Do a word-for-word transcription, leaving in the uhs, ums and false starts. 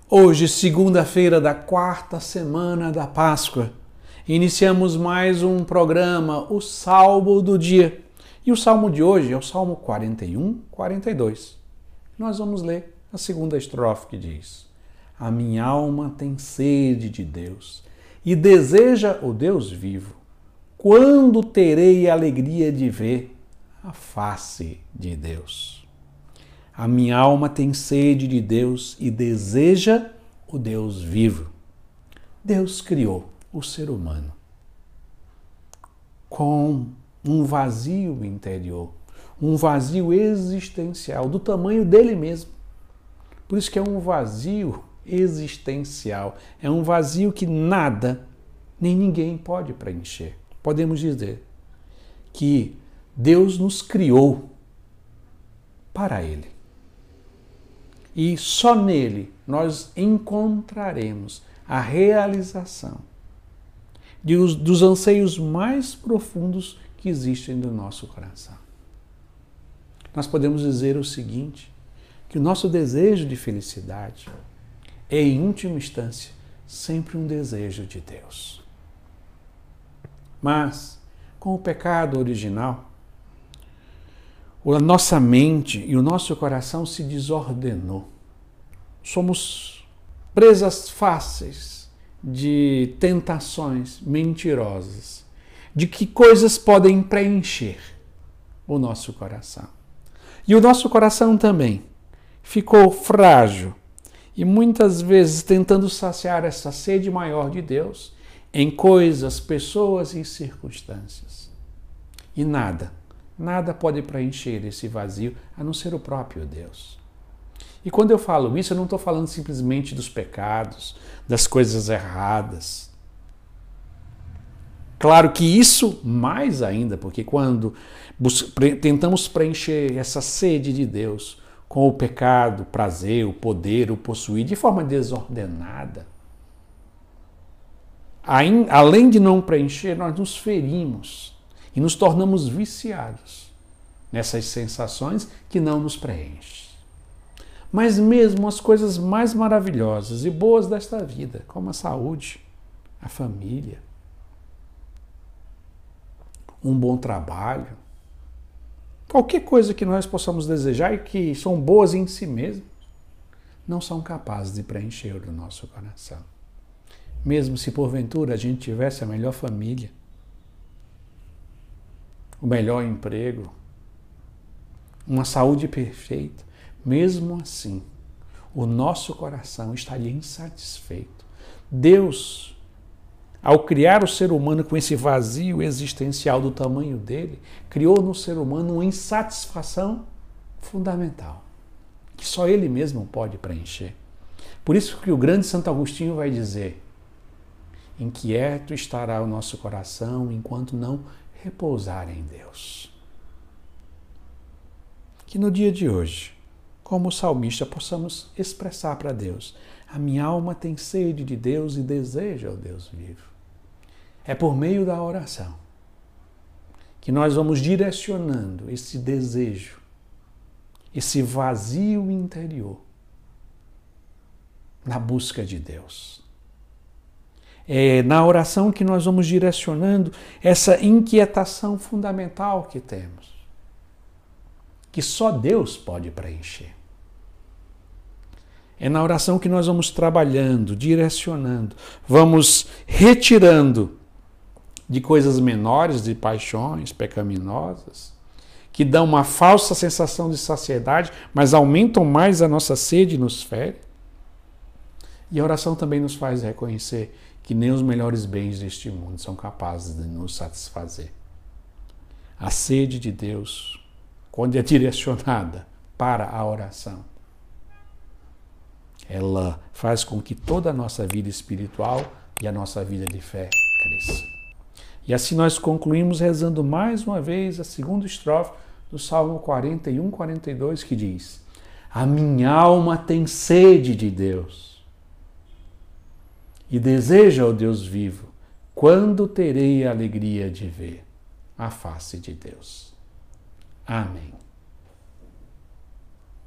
Hoje, segunda-feira da quarta semana da Páscoa, iniciamos mais um programa, o Salmo do Dia. E o Salmo de hoje é o Salmo quarenta e um, quarenta e dois. Nós vamos ler a segunda estrofe que diz: A minha alma tem sede de Deus e deseja o Deus vivo. Quando terei a alegria de ver a face de Deus? A minha alma tem sede de Deus e deseja o Deus vivo. Deus criou o ser humano com um vazio interior, um vazio existencial do tamanho dele mesmo. Por isso que é um vazio existencial, é um vazio que nada, nem ninguém pode preencher. Podemos dizer que Deus nos criou para Ele. E só nele nós encontraremos a realização de os, dos anseios mais profundos que existem no nosso coração. Nós podemos dizer o seguinte, que o nosso desejo de felicidade é, em última instância, sempre um desejo de Deus. Mas, com o pecado original, a nossa mente e o nosso coração se desordenou. Somos presas fáceis de tentações mentirosas, de que coisas podem preencher o nosso coração. E o nosso coração também ficou frágil e muitas vezes tentando saciar essa sede maior de Deus em coisas, pessoas e circunstâncias. E nada, nada pode preencher esse vazio a não ser o próprio Deus. E quando eu falo isso, eu não estou falando simplesmente dos pecados, das coisas erradas. Claro que isso mais ainda, porque quando tentamos preencher essa sede de Deus com o pecado, o prazer, o poder, o possuir de forma desordenada, além de não preencher, nós nos ferimos e nos tornamos viciados nessas sensações que não nos preenchem. Mas mesmo as coisas mais maravilhosas e boas desta vida, como a saúde, a família, um bom trabalho, qualquer coisa que nós possamos desejar e que são boas em si mesmas, não são capazes de preencher o nosso coração. Mesmo se porventura a gente tivesse a melhor família, o melhor emprego, uma saúde perfeita, mesmo assim, o nosso coração estaria insatisfeito. Deus, ao criar o ser humano com esse vazio existencial do tamanho dele, criou no ser humano uma insatisfação fundamental, que só ele mesmo pode preencher. Por isso que o grande Santo Agostinho vai dizer: inquieto estará o nosso coração enquanto não repousar em Deus. Que no dia de hoje, como salmista, possamos expressar para Deus: a minha alma tem sede de Deus e deseja o Deus vivo. É por meio da oração que nós vamos direcionando esse desejo, esse vazio interior, na busca de Deus. É na oração que nós vamos direcionando essa inquietação fundamental que temos, que só Deus pode preencher. É na oração que nós vamos trabalhando, direcionando, vamos retirando de coisas menores, de paixões pecaminosas, que dão uma falsa sensação de saciedade, mas aumentam mais a nossa sede e nos ferem. E a oração também nos faz reconhecer que nem os melhores bens deste mundo são capazes de nos satisfazer. A sede de Deus, quando é direcionada para a oração, ela faz com que toda a nossa vida espiritual e a nossa vida de fé cresça. E assim nós concluímos rezando mais uma vez a segunda estrofe do Salmo quarenta e um, quarenta e dois, que diz: A minha alma tem sede de Deus e deseja o Deus vivo. Quando terei a alegria de ver a face de Deus? Amém.